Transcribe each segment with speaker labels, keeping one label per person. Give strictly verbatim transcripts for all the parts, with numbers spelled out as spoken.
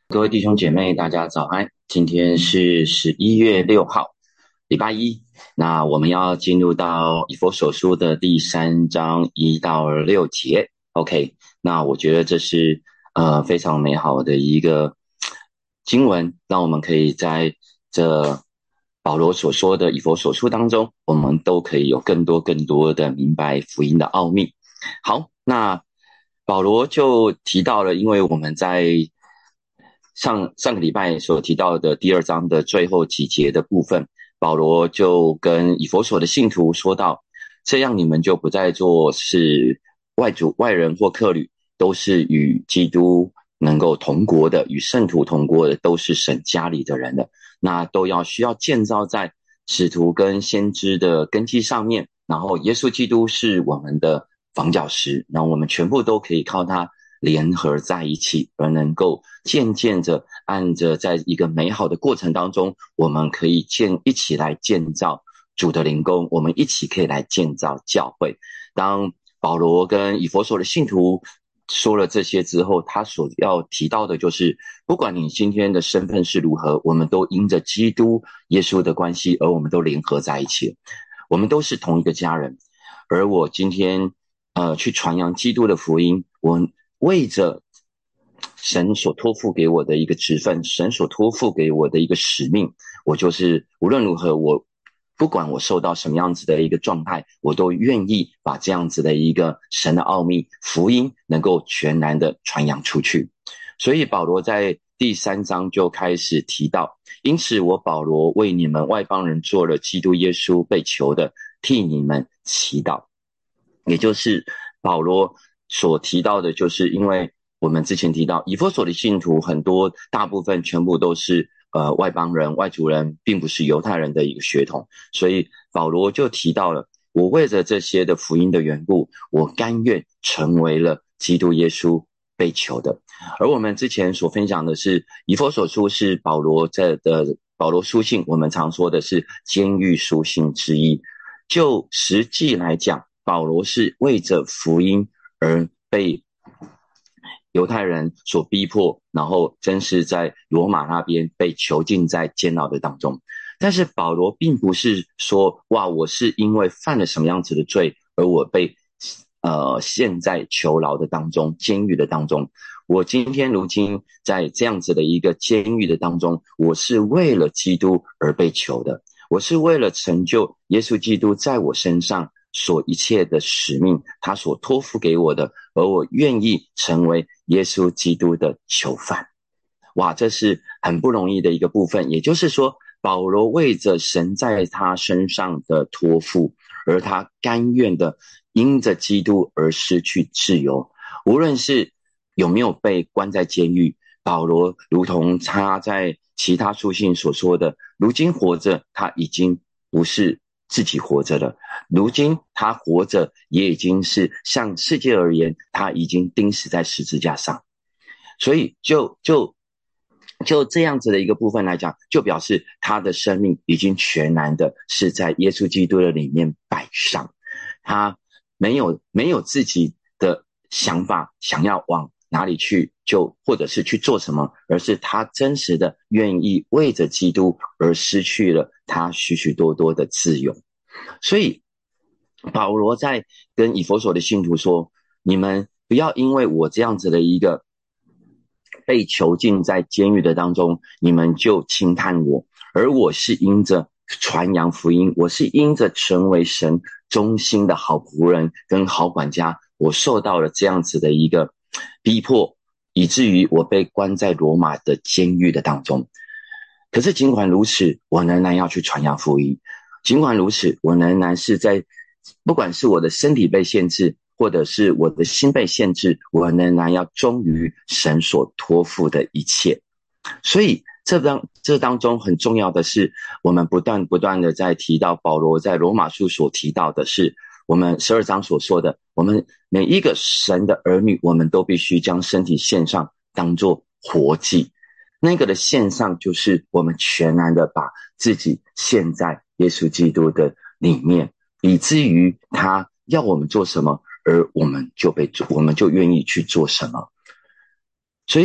Speaker 1: 各位弟兄姐妹，大家早安！今天是十一月六号，礼拜一。那我们要进入到以弗所书的第三章一到六节。OK，那我觉得这是呃非常美好的一个经文，让我们可以在这保罗所说的以弗所书当中，我们都可以有更多更多的明白福音的奥秘。好，那保罗就提到了，因为我们在上上个礼拜所提到的第二章的最后几节的部分，保罗就跟以弗所的信徒说到，这样你们就不再做是外族外人或客旅，都是与基督能够同国的，与圣徒同国的，都是神家里的人了。那都要需要建造在使徒跟先知的根基上面，然后耶稣基督是我们的房角石，那我们全部都可以靠他联合在一起，而能够渐渐着按着在一个美好的过程当中，我们可以建一起来建造主的灵宫，我们一起可以来建造教会。当保罗跟以弗所的信徒说了这些之后，他所要提到的就是，不管你今天的身份是如何，我们都因着基督耶稣的关系，而我们都联合在一起，我们都是同一个家人。而我今天呃去传扬基督的福音，我为着神所托付给我的一个职分，神所托付给我的一个使命，我就是无论如何，我不管我受到什么样子的一个状态，我都愿意把这样子的一个神的奥秘福音能够全然的传扬出去。所以保罗在第三章就开始提到，因此我保罗为你们外邦人做了基督耶稣被囚的，替你们祈祷。也就是保罗所提到的，就是因为我们之前提到以弗所的信徒很多大部分全部都是呃外邦人外族人，并不是犹太人的一个血统，所以保罗就提到了，我为着这些的福音的缘故，我甘愿成为了基督耶稣被囚的。而我们之前所分享的是以弗所书是保罗在的保罗书信，我们常说的是监狱书信之一。就实际来讲，保罗是为着福音而被犹太人所逼迫，然后真是在罗马那边被囚禁在监牢的当中。但是保罗并不是说，哇，我是因为犯了什么样子的罪，而我被呃陷在囚牢的当中，监狱的当中。我今天如今在这样子的一个监狱的当中，我是为了基督而被囚的，我是为了成就耶稣基督在我身上所一切的使命，他所托付给我的，而我愿意成为耶稣基督的囚犯。哇，这是很不容易的一个部分。也就是说，保罗为着神在他身上的托付，而他甘愿的因着基督而失去自由。无论是有没有被关在监狱，保罗如同他在其他书信所说的，如今活着，他已经不是自己活着了，如今他活着也已经是向世界而言，他已经钉死在十字架上。所以就就就这样子的一个部分来讲，就表示他的生命已经全然的是在耶稣基督的里面摆上，他没有没有自己的想法，想要往哪里去就或者是去做什么，而是他真实的愿意为着基督而失去了他许许多多的自由。所以保罗在跟以弗所的信徒说，你们不要因为我这样子的一个被囚禁在监狱的当中，你们就轻看我，而我是因着传扬福音，我是因着成为神忠心的好仆人跟好管家，我受到了这样子的一个逼迫，以至于我被关在罗马的监狱的当中。可是尽管如此，我仍然要去传扬福音，尽管如此，我仍然是在不管是我的身体被限制，或者是我的心被限制，我仍然要忠于神所托付的一切。所以这当这当中很重要的是，我们不断不断的在提到保罗在罗马书所提到的是，我们十二章所说的，我们每一个神的儿女，我们都必须将身体献上，当作活祭。那个的献上，就是我们全然的把自己献在耶稣基督的里面，以至于他要我们做什么，而我们就被我们就愿意去做什么。所以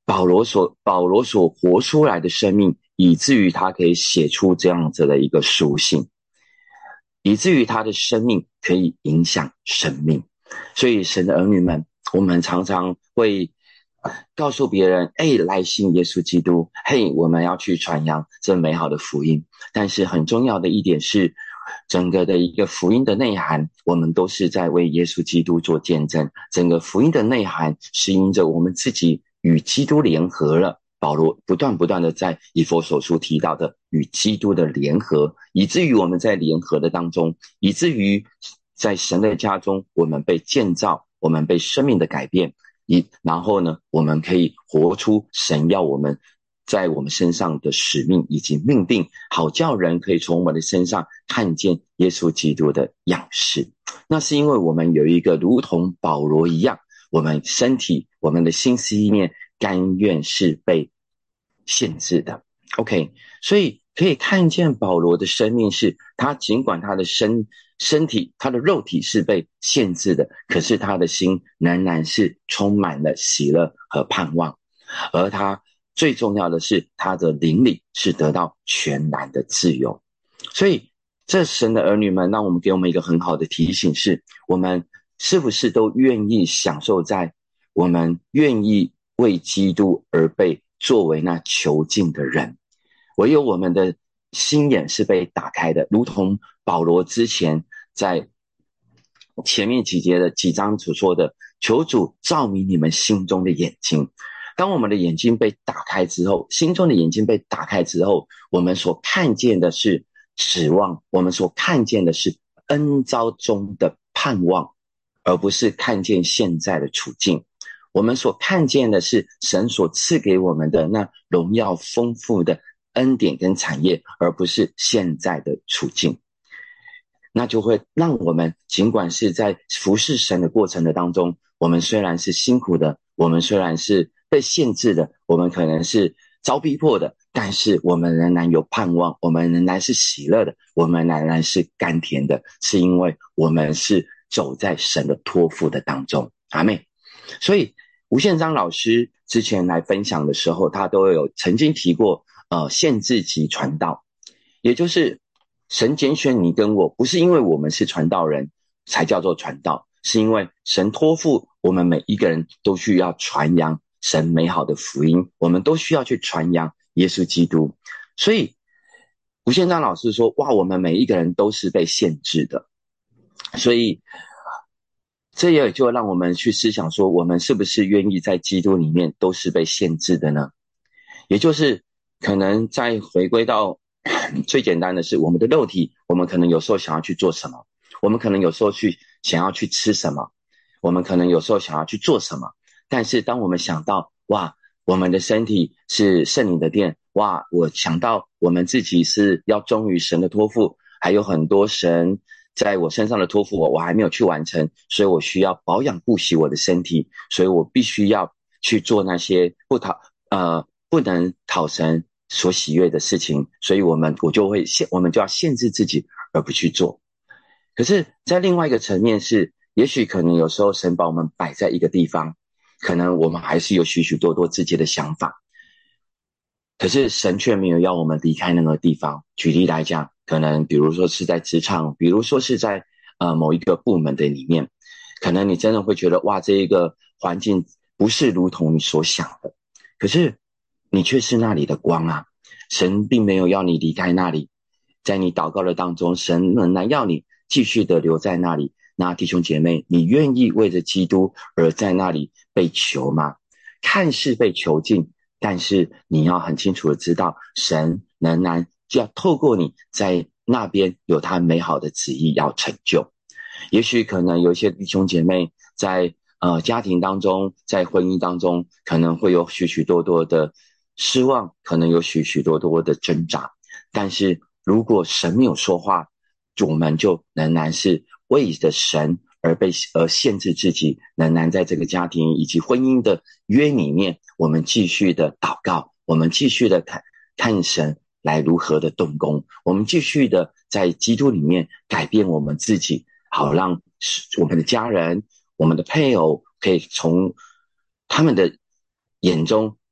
Speaker 1: 保罗所保罗所活出来的生命，以至于他可以写出这样子的一个书信，以至于他的生命可以影响生命。所以神的儿女们，我们常常会告诉别人，哎，来信耶稣基督，嘿，我们要去传扬这美好的福音。但是很重要的一点是，整个的一个福音的内涵，我们都是在为耶稣基督做见证。整个福音的内涵是因着我们自己与基督联合了。保罗不断不断的在以弗所书提到的与基督的联合，以至于我们在联合的当中，以至于在神的家中，我们被建造，我们被生命的改变，以然后呢，我们可以活出神要我们在我们身上的使命以及命定，好叫人可以从我们的身上看见耶稣基督的样式。那是因为我们有一个如同保罗一样，我们身体，我们的心思意念甘愿是被限制的。 OK， 所以可以看见保罗的生命是，他尽管他的身身体他的肉体是被限制的，可是他的心仍然是充满了喜乐和盼望，而他最重要的是他的灵里是得到全然的自由。所以这神的儿女们，让我们给我们一个很好的提醒是，我们是不是都愿意享受在我们愿意为基督而被作为那囚禁的人，唯有我们的心眼是被打开的，如同保罗之前在前面几节的几章所说的，求主照明你们心中的眼睛。当我们的眼睛被打开之后，心中的眼睛被打开之后，我们所看见的是指望，我们所看见的是恩召中的盼望，而不是看见现在的处境。我们所看见的是神所赐给我们的那荣耀丰富的恩典跟产业，而不是现在的处境。那就会让我们尽管是在服侍神的过程的当中，我们虽然是辛苦的，我们虽然是被限制的，我们可能是遭逼迫的，但是我们仍然有盼望，我们仍然是喜乐的，我们仍然是甘甜的，是因为我们是走在神的托付的当中。阿们。所以吴宪章老师之前来分享的时候，他都有曾经提过呃，限制级传道，也就是神拣选你跟我，不是因为我们是传道人才叫做传道，是因为神托付我们每一个人都需要传扬神美好的福音，我们都需要去传扬耶稣基督。所以吴宪章老师说，哇，我们每一个人都是被限制的。所以这也就让我们去思想说，我们是不是愿意在基督里面都是被限制的呢？也就是可能再回归到最简单的是我们的肉体，我们可能有时候想要去做什么，我们可能有时候去想要去吃什么，我们可能有时候想要去做什么，但是当我们想到哇，我们的身体是圣灵的殿，哇，我想到我们自己是要忠于神的托付，还有很多神在我身上的托付我我还没有去完成，所以我需要保养顾惜我的身体，所以我必须要去做那些不讨呃不能讨神所喜悦的事情，所以我们我就会限我们就要限制自己而不去做。可是在另外一个层面是，也许可能有时候神把我们摆在一个地方，可能我们还是有许许多多自己的想法，可是神却没有要我们离开那个地方。举例来讲，可能比如说是在职场，比如说是在呃某一个部门的里面，可能你真的会觉得哇，这一个环境不是如同你所想的，可是你却是那里的光啊。神并没有要你离开那里，在你祷告的当中，神仍然要你继续的留在那里。那弟兄姐妹，你愿意为着基督而在那里被囚吗？看似被囚禁，但是你要很清楚的知道，神仍然就要透过你在那边有他美好的旨意要成就。也许可能有一些弟兄姐妹在呃家庭当中，在婚姻当中，可能会有许许多多的失望，可能有许许多多的挣扎，但是如果神没有说话，我们就仍然是为着神而被而限制自己，仍然在这个家庭以及婚姻的约里面，我们继续的祷告，我们继续的看看神来如何的动工，我们继续的在基督里面改变我们自己，好让我们的家人，我们的配偶可以从他们的眼中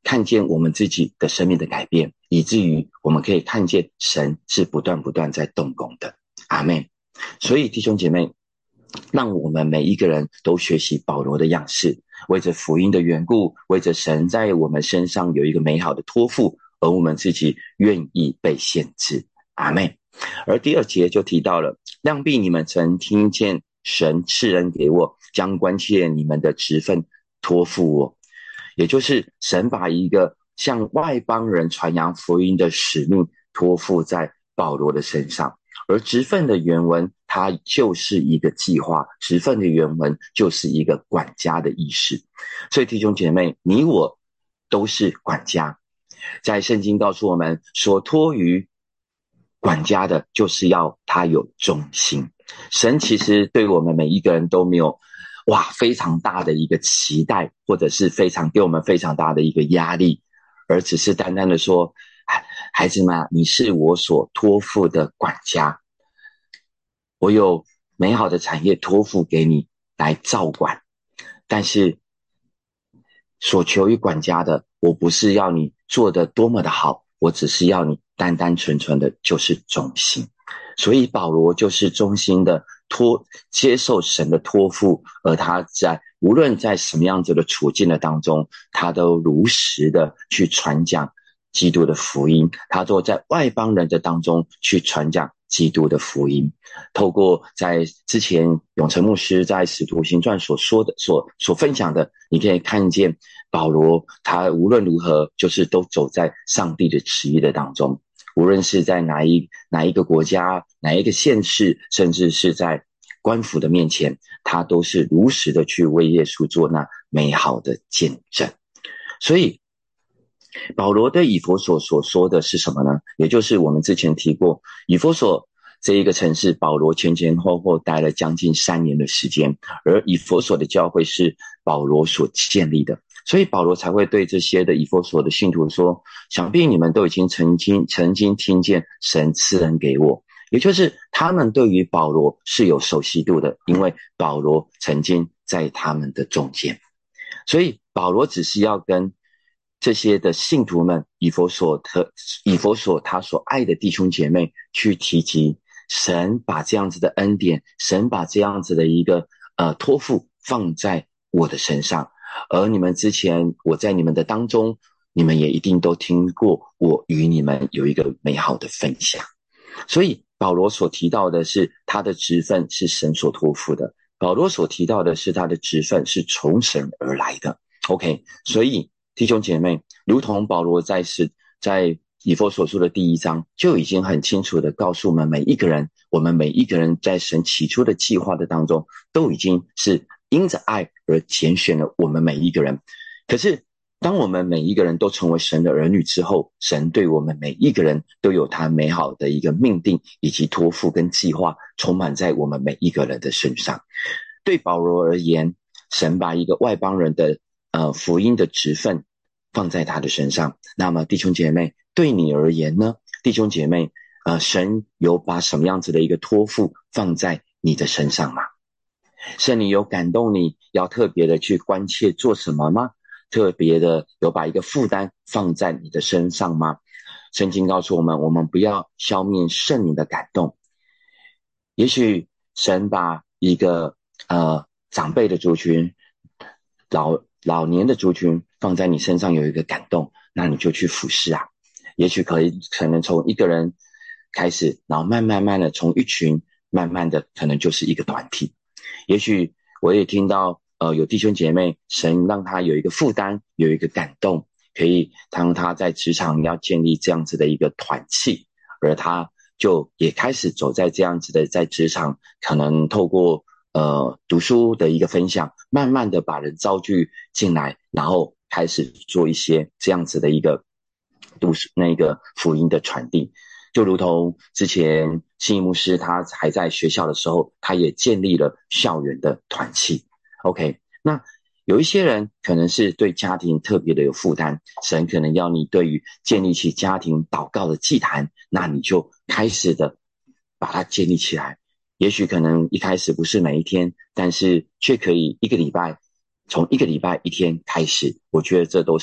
Speaker 1: 看见我们自己的生命的改变，以至于我们可以看见神是不断不断在动工的。阿们。所以弟兄姐妹，让我们每一个人都学习保罗的样式，为着福音的缘故，为着神在我们身上有一个美好的托付，而我们自己愿意被限制。阿们。而第二节就提到了，量必你们曾听见神赐恩给我，将关切你们的职分托付我。也就是神把一个向外邦人传扬福音的使命托付在保罗的身上。而职分的原文它就是一个计划，职分的原文就是一个管家的意思。所以弟兄姐妹，你我都是管家。在圣经告诉我们，所托于管家的就是要他有忠心。神其实对我们每一个人都没有哇非常大的一个期待，或者是非常给我们非常大的一个压力，而只是单单的说，孩子们，你是我所托付的管家，我有美好的产业托付给你来照管，但是所求于管家的，我不是要你做得多么的好，我只是要你单单纯纯的就是忠心。所以保罗就是忠心的托接受神的托付，而他在无论在什么样子的处境的当中，他都如实的去传讲基督的福音，他都在外邦人的当中去传讲基督的福音。透过在之前永成牧师在使徒行传所说的所所分享的，你可以看见保罗他无论如何就是都走在上帝的旨意的当中，无论是在哪一哪一个国家，哪一个县市，甚至是在官府的面前，他都是如实的去为耶稣做那美好的见证。所以保罗对以弗所所说的是什么呢？也就是我们之前提过，以弗所这一个城市，保罗前前后后待了将近三年的时间，而以弗所的教会是保罗所建立的，所以保罗才会对这些的以弗所的信徒说，想必你们都已经曾经曾经听见神赐恩给我，也就是他们对于保罗是有熟悉度的，因为保罗曾经在他们的中间。所以保罗只是要跟这些的信徒们，以弗所特以弗所他所爱的弟兄姐妹去提及神把这样子的恩典，神把这样子的一个呃托付放在我的身上，而你们之前我在你们的当中，你们也一定都听过我与你们有一个美好的分享。所以保罗所提到的是他的职分是神所托付的，保罗所提到的是他的职分是从神而来的。 OK， 所以弟兄姐妹，如同保罗在是在以弗所书的第一章就已经很清楚的告诉我们每一个人，我们每一个人在神起初的计划的当中都已经是因着爱而拣选了我们每一个人。可是当我们每一个人都成为神的儿女之后，神对我们每一个人都有他美好的一个命定以及托付跟计划充满在我们每一个人的身上。对保罗而言，神把一个外邦人的呃福音的职分放在他的身上。那么弟兄姐妹，对你而言呢？弟兄姐妹，呃，神有把什么样子的一个托付放在你的身上吗？圣灵有感动你要特别的去关切做什么吗？特别的有把一个负担放在你的身上吗？圣经告诉我们，我们不要消灭圣灵的感动。也许神把一个呃长辈的族群，老老年的族群放在你身上有一个感动，那你就去服侍啊。也许可以可能从一个人开始，然后慢慢慢的从一群，慢慢的可能就是一个团体。也许我也听到呃有弟兄姐妹，神让他有一个负担，有一个感动，可以当他在职场要建立这样子的一个团契，而他就也开始走在这样子的在职场，可能透过呃读书的一个分享，慢慢的把人招聚进来，然后开始做一些这样子的一个读书那个福音的传递。就如同之前信义牧师他还在学校的时候，他也建立了校园的团契。 OK， 那有一些人可能是对家庭特别的有负担，神可能要你对于建立起家庭祷告的祭坛，那你就开始的把它建立起来。也许可能一开始不是每一天，但是却可以一个礼拜，从一个礼拜一天开始，我觉得这都是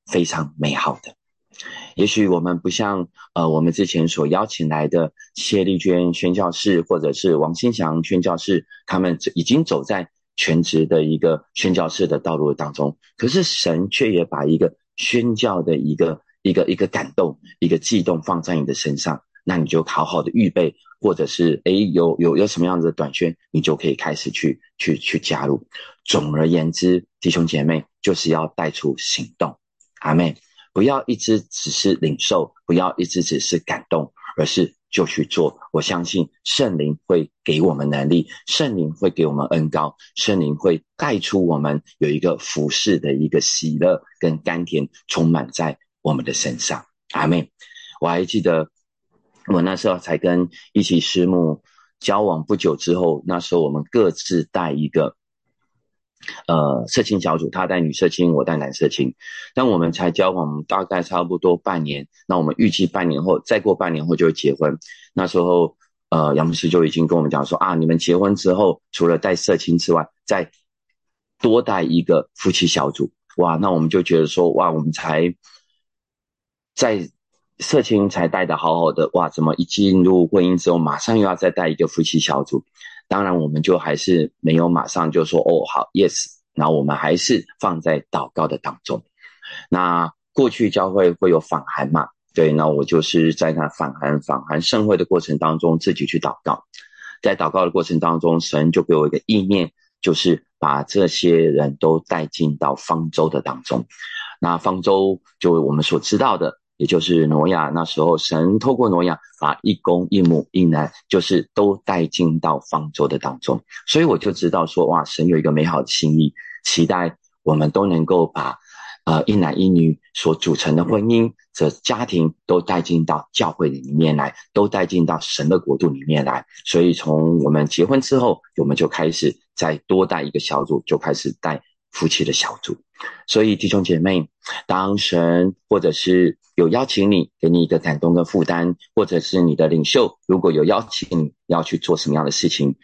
Speaker 1: 非常美好的。也许我们不像呃我们之前所邀请来的谢丽娟宣教士或者是王新祥宣教士，他们已经走在全职的一个宣教士的道路当中，可是神却也把一个宣教的一个一个一个感动一个悸动放在你的身上，那你就好好的预备，或者是诶有有有什么样子的短宣，你就可以开始去去去加入。总而言之，弟兄姐妹，就是要带出行动。阿们。不要一直只是领受，不要一直只是感动，而是就去做。我相信圣灵会给我们能力，圣灵会给我们恩膏，圣灵会带出我们有一个服侍的一个喜乐跟甘甜充满在我们的身上。阿们。我还记得我那时候才跟一起师母交往不久之后，那时候我们各自带一个呃，社青小组，他带女社青，我带男社青。但我们才交往大概差不多半年，那我们预计半年后，再过半年后就会结婚。那时候，呃，杨牧师就已经跟我们讲说啊，你们结婚之后，除了带社青之外，再多带一个夫妻小组。哇，那我们就觉得说，哇，我们才在社青才带的好好的，哇，怎么一进入婚姻之后，马上又要再带一个夫妻小组？当然我们就还是没有马上就说哦好 yes， 然后我们还是放在祷告的当中。那过去教会会有访韩嘛，对，那我就是在那访韩访韩盛会的过程当中自己去祷告。在祷告的过程当中，神就给我一个意念，就是把这些人都带进到方舟的当中。那方舟就我们所知道的，也就是挪亚，那时候神透过挪亚把一公一母一男就是都带进到方舟的当中。所以我就知道说，哇，神有一个美好的心意，期待我们都能够把呃一男一女所组成的婚姻这家庭都带进到教会里面来，都带进到神的国度里面来。所以从我们结婚之后，我们就开始再多带一个小组，就开始带夫妻的小组。所以弟兄姐妹，当神或者是有邀请你，给你一个感动跟负担，或者是你的领袖如果有邀请你要去做什么样的事情，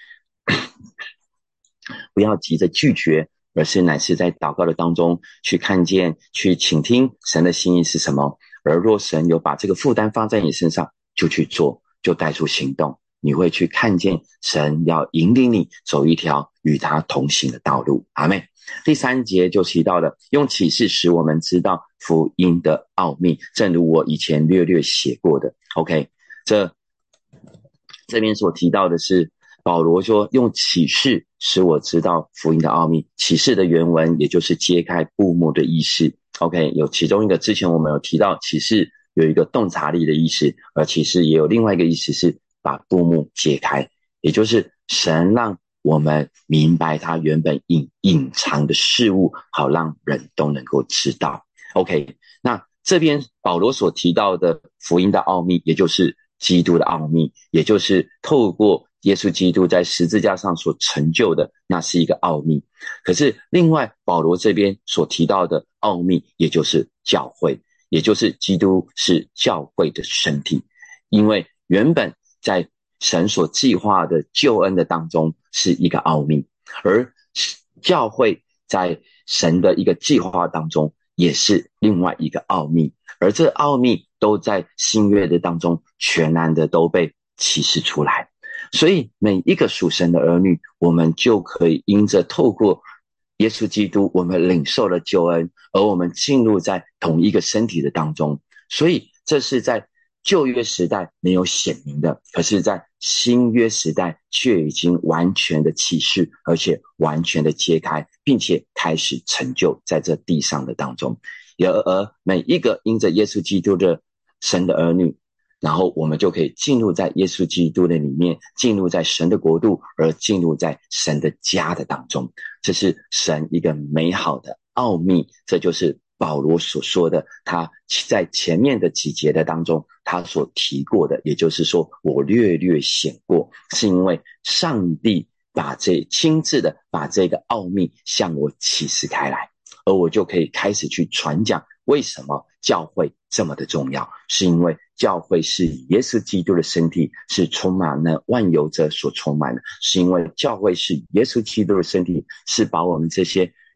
Speaker 1: 不要急着拒绝，而是乃是在祷告的当中去看见，去倾听神的心意是什么。而若神有把这个负担放在你身上，就去做，就带出行动，你会去看见神要引领你走一条与他同行的道路。阿们。第三节就提到了用启示使我们知道福音的奥秘，正如我以前略略写过的。 OK， 这这边所提到的是保罗说用启示使我知道福音的奥秘。启示的原文也就是揭开布幕的意思。 OK， 有其中一个之前我们有提到启示有一个洞察力的意思，而启示也有另外一个意思是把布幕揭开，也就是神让我们明白他原本隐隐藏的事物，好让人都能够知道。 OK， 那这边保罗所提到的福音的奥秘，也就是基督的奥秘，也就是透过耶稣基督在十字架上所成就的，那是一个奥秘。可是另外保罗这边所提到的奥秘，也就是教会，也就是基督是教会的身体。因为原本在神所计划的救恩的当中是一个奥秘，而教会在神的一个计划当中也是另外一个奥秘，而这奥秘都在新约的当中全然的都被启示出来。所以每一个属神的儿女，我们就可以因着透过耶稣基督，我们领受了救恩，而我们进入在同一个身体的当中。所以这是在旧约时代没有显明的，可是在新约时代却已经完全的启示，而且完全的揭开，并且开始成就在这地上的当中。而而每一个因着耶稣基督的神的儿女，然后我们就可以进入在耶稣基督的里面，进入在神的国度，而进入在神的家的当中。这是神一个美好的奥秘，这就是保罗所说的，他在前面的几节的当中他所提过的，也就是说我略略显过，是因为上帝把这亲自的把这个奥秘向我启示开来，而我就可以开始去传讲为什么教会这么的重要。是因为教会是耶稣基督的身体，是充满了万有者所充满的，是因为教会是耶稣基督的身体，是把我们这些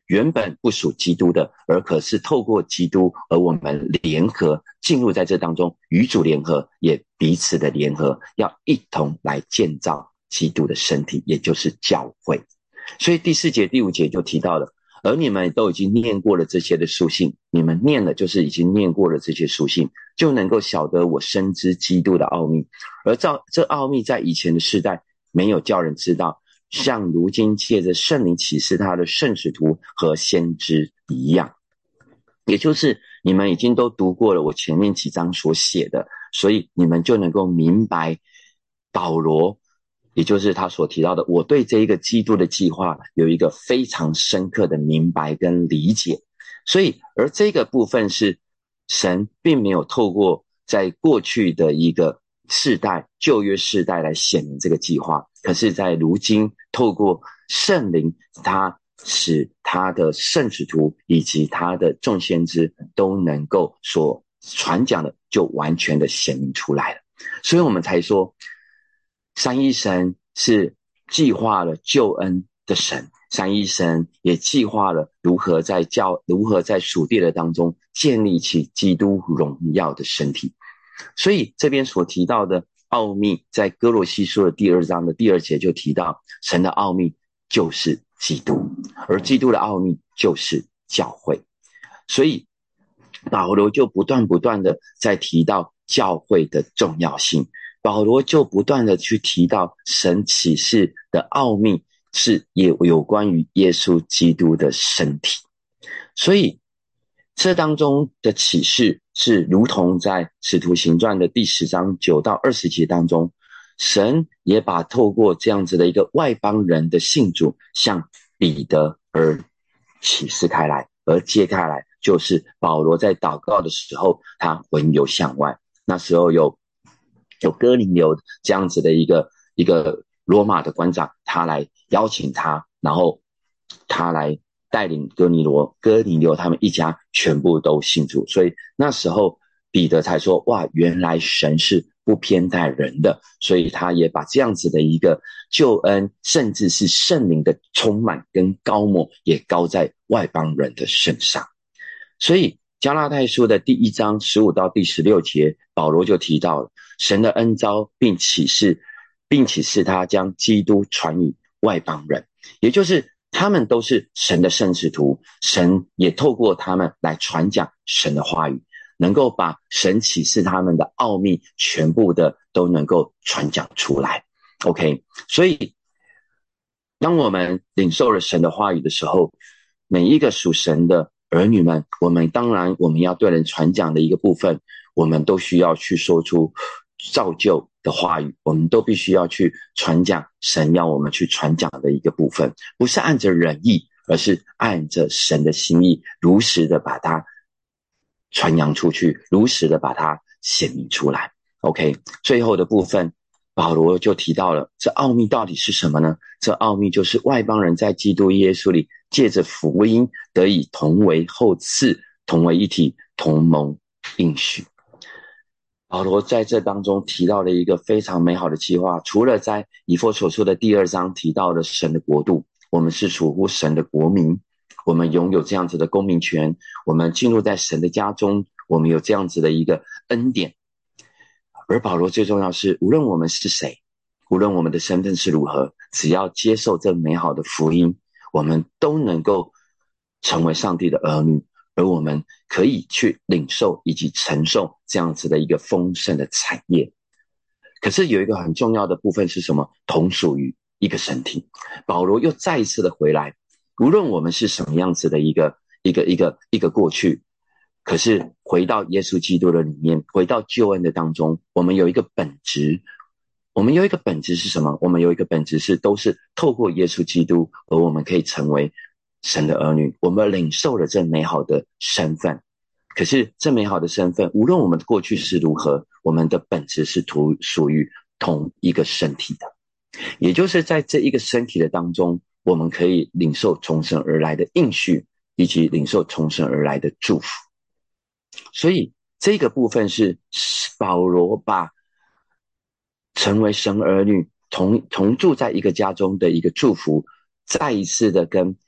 Speaker 1: 原本不属基督的，而可是透过基督而我们联合进入在这当中，与主联合，也彼此的联合，要一同来建造基督的身体，也就是教会。所以第四节第五节就提到了，而你们都已经念过了这些的书信，你们念了就是已经念过了这些书信，就能够晓得我深知基督的奥秘，而这这奥秘在以前的世代没有叫人知道，像如今借着圣灵启示他的圣使徒和先知一样。也就是你们已经都读过了我前面几章所写的，所以你们就能够明白保罗，也就是他所提到的，我对这一个基督的计划有一个非常深刻的明白跟理解。所以而这个部分是神并没有透过在过去的一个世代旧约世代来显明这个计划，可是在如今透过圣灵，他使他的圣使徒以及他的众先知都能够所传讲的就完全的显明出来了。所以我们才说三一神是计划了救恩的神，三一神也计划了如何在教如何在属地的当中建立起基督荣耀的身体。所以这边所提到的奥秘，在哥罗西书的第二章的第二节就提到，神的奥秘就是基督，而基督的奥秘就是教会。所以保罗就不断不断的在提到教会的重要性，保罗就不断的去提到神启示的奥秘是也有关于耶稣基督的身体。所以这当中的启示是如同在使徒行传的第十章九到二十节当中，神也把透过这样子的一个外邦人的信主向彼得而启示开来，而揭开来就是保罗在祷告的时候，他魂游向外，那时候有有哥尼流这样子的一个一个罗马的官长，他来邀请他，然后他来带领哥尼罗哥尼流他们一家全部都信主。所以那时候彼得才说，哇，原来神是不偏待人的，所以他也把这样子的一个救恩，甚至是圣灵的充满跟高抹，也高在外邦人的身上。所以加拉太书的第一章十五到第十六节，保罗就提到了神的恩召，并启示并启示他将基督传与外邦人，也就是他们都是神的圣使徒，神也透过他们来传讲神的话语，能够把神启示他们的奥秘全部的都能够传讲出来。 OK， 所以当我们领受了神的话语的时候，每一个属神的儿女们，我们当然我们要对人传讲的一个部分，我们都需要去说出造就的话语，我们都必须要去传讲神要我们去传讲的一个部分，不是按着人意，而是按着神的心意，如实的把它传扬出去，如实的把它显明出来。 OK， 最后的部分保罗就提到了，这奥秘到底是什么呢？这奥秘就是外邦人在基督耶稣里借着福音得以同为后嗣，同为一体，同蒙应许。保罗在这当中提到了一个非常美好的计划，除了在以弗所书的第二章提到了神的国度，我们是属乎神的国民，我们拥有这样子的公民权，我们进入在神的家中，我们有这样子的一个恩典。而保罗最重要是，无论我们是谁，无论我们的身份是如何，只要接受这美好的福音，我们都能够成为上帝的儿女，而我们可以去领受以及承受这样子的一个丰盛的产业。可是有一个很重要的部分是什么？同属于一个身体。保罗又再一次的回来，无论我们是什么样子的一个一个一个一个过去，可是回到耶稣基督的里面，回到救恩的当中，我们有一个本质，我们有一个本质是什么？我们有一个本质是都是透过耶稣基督，而我们可以成为神的儿女，我们领受了这美好的身份。可是这美好的身份，无论我们的过去是如何，我们的本质是属于同一个身体的，也就是在这一个身体的当中，我们可以领受从神而来的应许，以及领受从神而来的祝福。所以这个部分是保罗把成为神儿女同同住在一个家中的一个祝福，再一次的跟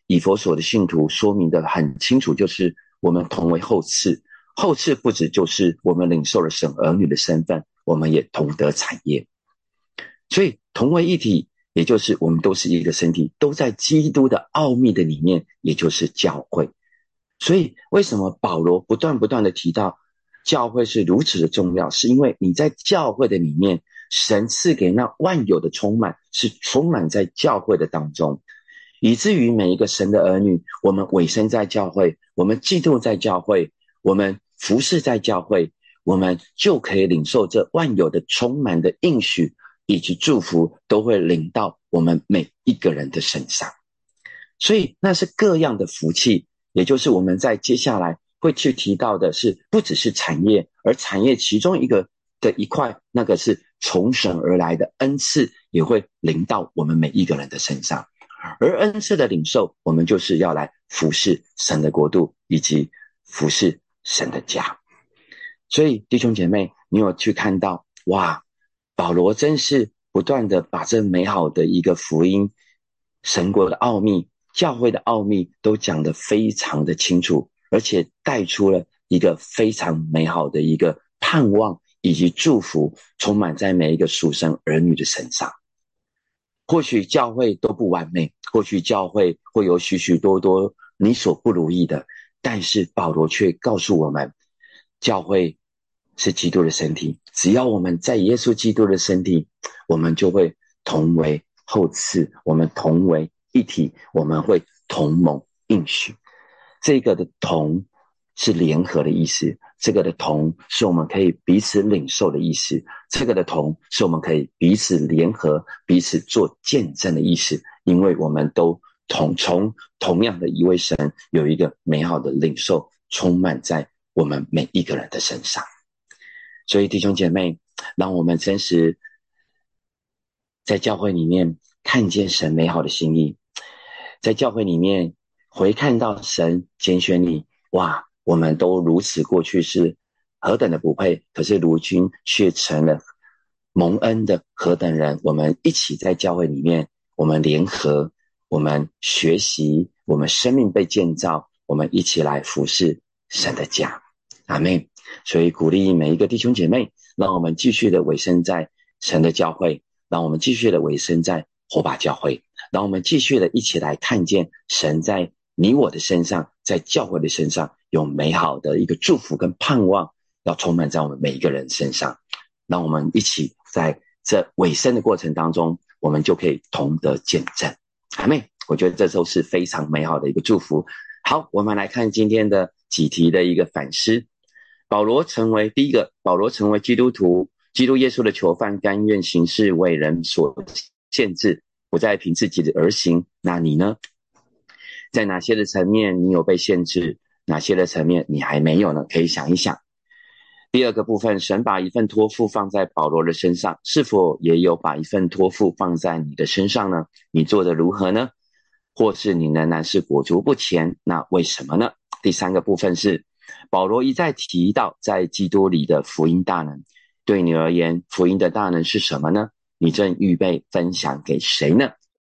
Speaker 1: 以弗所的信徒说明的很清楚，就是我们同为后嗣，后嗣不止就是我们领受了神儿女的身份，我们也同得产业。所以同为一体，也就是我们都是一个身体，都在基督的奥秘的里面，也就是教会。所以为什么保罗不断不断的提到教会是如此的重要，是因为你在教会的里面，神赐给那万有的充满，是充满在教会的当中，以至于每一个神的儿女，我们委身在教会，我们寄托在教会，我们服侍在教会，我们就可以领受这万有的充满的应许以及祝福，都会领到我们每一个人的身上。所以那是各样的福气，也就是我们在接下来会去提到的是，不只是产业，而产业其中一个的一块，那个是从神而来的恩赐，也会临到我们每一个人的身上。而恩赐的领受，我们就是要来服侍神的国度，以及服侍神的家。所以弟兄姐妹，你有去看到，哇，保罗真是不断的把这美好的一个福音，神国的奥秘，教会的奥秘都讲得非常的清楚，而且带出了一个非常美好的一个盼望以及祝福，充满在每一个属神儿女的身上。或许教会都不完美，或许教会会有许许多多你所不如意的，但是保罗却告诉我们，教会是基督的身体，只要我们在耶稣基督的身体，我们就会同为后嗣，我们同为一体，我们会同盟应许。这个的同是联合的意思，这个的同是我们可以彼此领受的意思，这个的同是我们可以彼此联合，彼此做见证的意思，因为我们都同从同样的一位神有一个美好的领受充满在我们每一个人的身上。所以弟兄姐妹，让我们真实在教会里面看见神美好的心意，在教会里面回看到神拣选你，哇，我们都如此过去是何等的不配，可是如今却成了蒙恩的何等人。我们一起在教会里面，我们联合，我们学习，我们生命被建造，我们一起来服侍神的家。阿们。所以鼓励每一个弟兄姐妹，让我们继续的委身在神的教会，让我们继续的委身在火把教会，让我们继续的一起来看见神在你我的身上，在教会的身上有美好的一个祝福跟盼望，要充满在我们每一个人身上。让我们一起在这委身的过程当中，我们就可以同得见证。阿们。我觉得这都是非常美好的一个祝福。好，我们来看今天的几题的一个反思。保罗成为第一个，保罗成为基督徒，基督耶稣的囚犯，甘愿行事为人所限制，不再凭自己的而行。那你呢？在哪些的层面你有被限制，哪些的层面你还没有呢？可以想一想。第二个部分，神把一份托付放在保罗的身上，是否也有把一份托付放在你的身上呢？你做得如何呢？或是你仍然是裹足不前，那为什么呢？第三个部分是保罗一再提到在基督里的福音大能，对你而言，福音的大能是什么呢？你正预备分享给谁呢？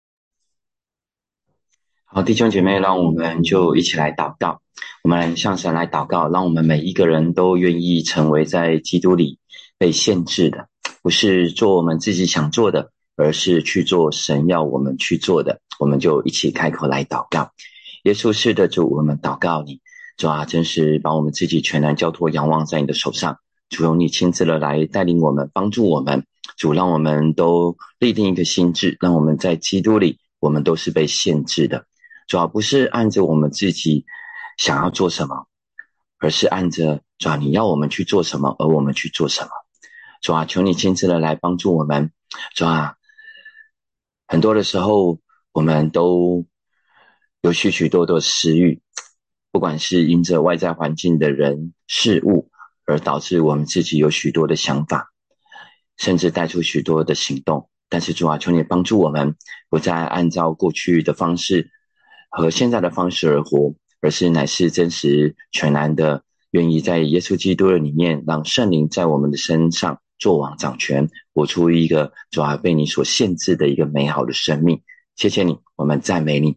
Speaker 1: 好，弟兄姐妹，让我们就一起来祷告。我们来向神来祷告，让我们每一个人都愿意成为在基督里被限制的，不是做我们自己想做的，而是去做神要我们去做的。我们就一起开口来祷告。耶稣是的主，我们祷告你，主啊，真是把我们自己全然交托仰望在你的手上。主，用你亲自的来带领我们，帮助我们。主，让我们都立定一个心志，让我们在基督里，我们都是被限制的。主要不是按着我们自己想要做什么，而是按着主啊你要我们去做什么，而我们去做什么。主啊，求你亲自的来帮助我们。主啊，很多的时候我们都有许许多多私欲，不管是因着外在环境的人事物，而导致我们自己有许多的想法，甚至带出许多的行动。但是主啊，求你帮助我们，不再按照过去的方式和现在的方式而活，而是乃是真实全然的愿意在耶稣基督的里面，让圣灵在我们的身上作王掌权，活出一个主啊被你所限制的一个美好的生命。谢谢你，我们赞美你。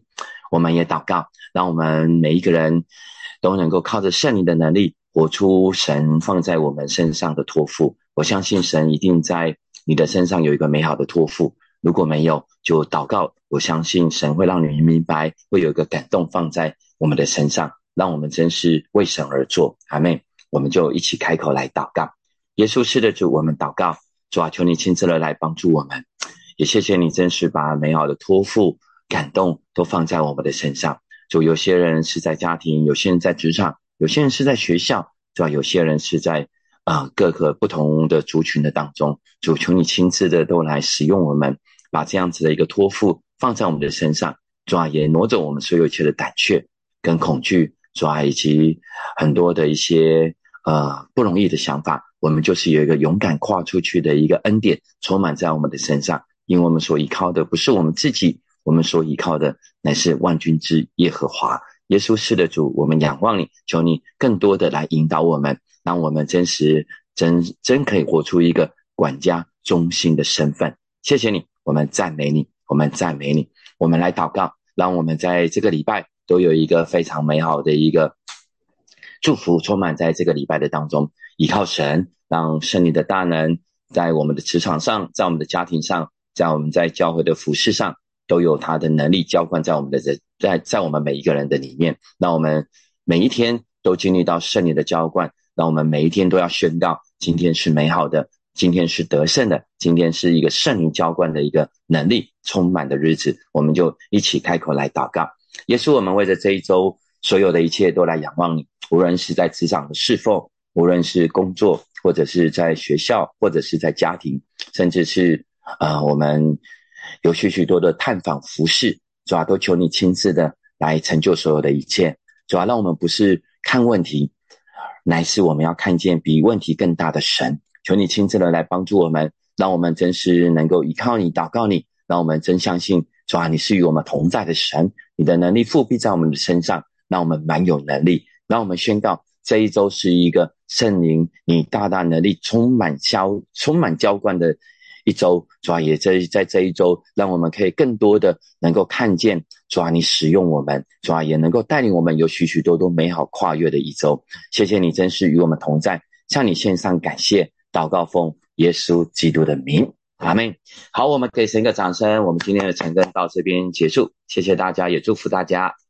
Speaker 1: 我们也祷告，让我们每一个人都能够靠着圣灵的能力，活出神放在我们身上的托付。我相信神一定在你的身上有一个美好的托付，如果没有，就祷告，我相信神会让你明白，会有一个感动放在我们的身上，让我们真是为神而做。阿们。我们就一起开口来祷告。耶稣是的主，我们祷告，主啊，求你亲自的来帮助我们，也谢谢你真是把美好的托付感动都放在我们的身上。主，有些人是在家庭，有些人在职场，有些人是在学校，主啊，有些人是在呃各个不同的族群的当中。主，求你亲自的都来使用我们，把这样子的一个托付放在我们的身上。主啊，也挪走我们所有一切的胆怯跟恐惧，主啊，以及很多的一些呃不容易的想法，我们就是有一个勇敢跨出去的一个恩典充满在我们的身上。因为我们所依靠的不是我们自己，我们所依靠的乃是万军之耶和华。耶稣是的主，我们仰望你，求你更多的来引导我们，让我们真实真真可以活出一个管家忠心的身份。谢谢你，我们赞美你，我们赞美你。我们来祷告，让我们在这个礼拜都有一个非常美好的一个祝福充满在这个礼拜的当中，依靠神，让圣灵的大能在我们的职场上，在我们的家庭上，在我们在教会的服事上，都有他的能力浇灌在我们的在在我们每一个人的里面，让我们每一天都经历到圣灵的浇灌，让我们每一天都要宣告今天是美好的，今天是得胜的，今天是一个圣灵浇灌的一个能力充满的日子。我们就一起开口来祷告。耶稣，我们为着这一周所有的一切都来仰望你，无论是在职场的侍奉，无论是工作，或者是在学校，或者是在家庭，甚至是呃我们有许许多的探访服事，主啊，都求你亲自的来成就所有的一切。主啊，让我们不是看问题，乃是我们要看见比问题更大的神。求你亲自的来帮助我们，让我们真是能够依靠你，祷告你，让我们真相信主啊，你是与我们同在的神，你的能力复辟在我们的身上，让我们满有能力，让我们宣告这一周是一个圣灵你大大能力充满浇充满浇灌的一周。主啊，也在在这一周让我们可以更多的能够看见主啊你使用我们，主啊也能够带领我们有许许多多美好跨越的一周。谢谢你真是与我们同在，向你献上感谢，祷告奉耶稣基督的名，阿们。好，我们给神一个掌声。我们今天的晨更到这边结束，谢谢大家，也祝福大家。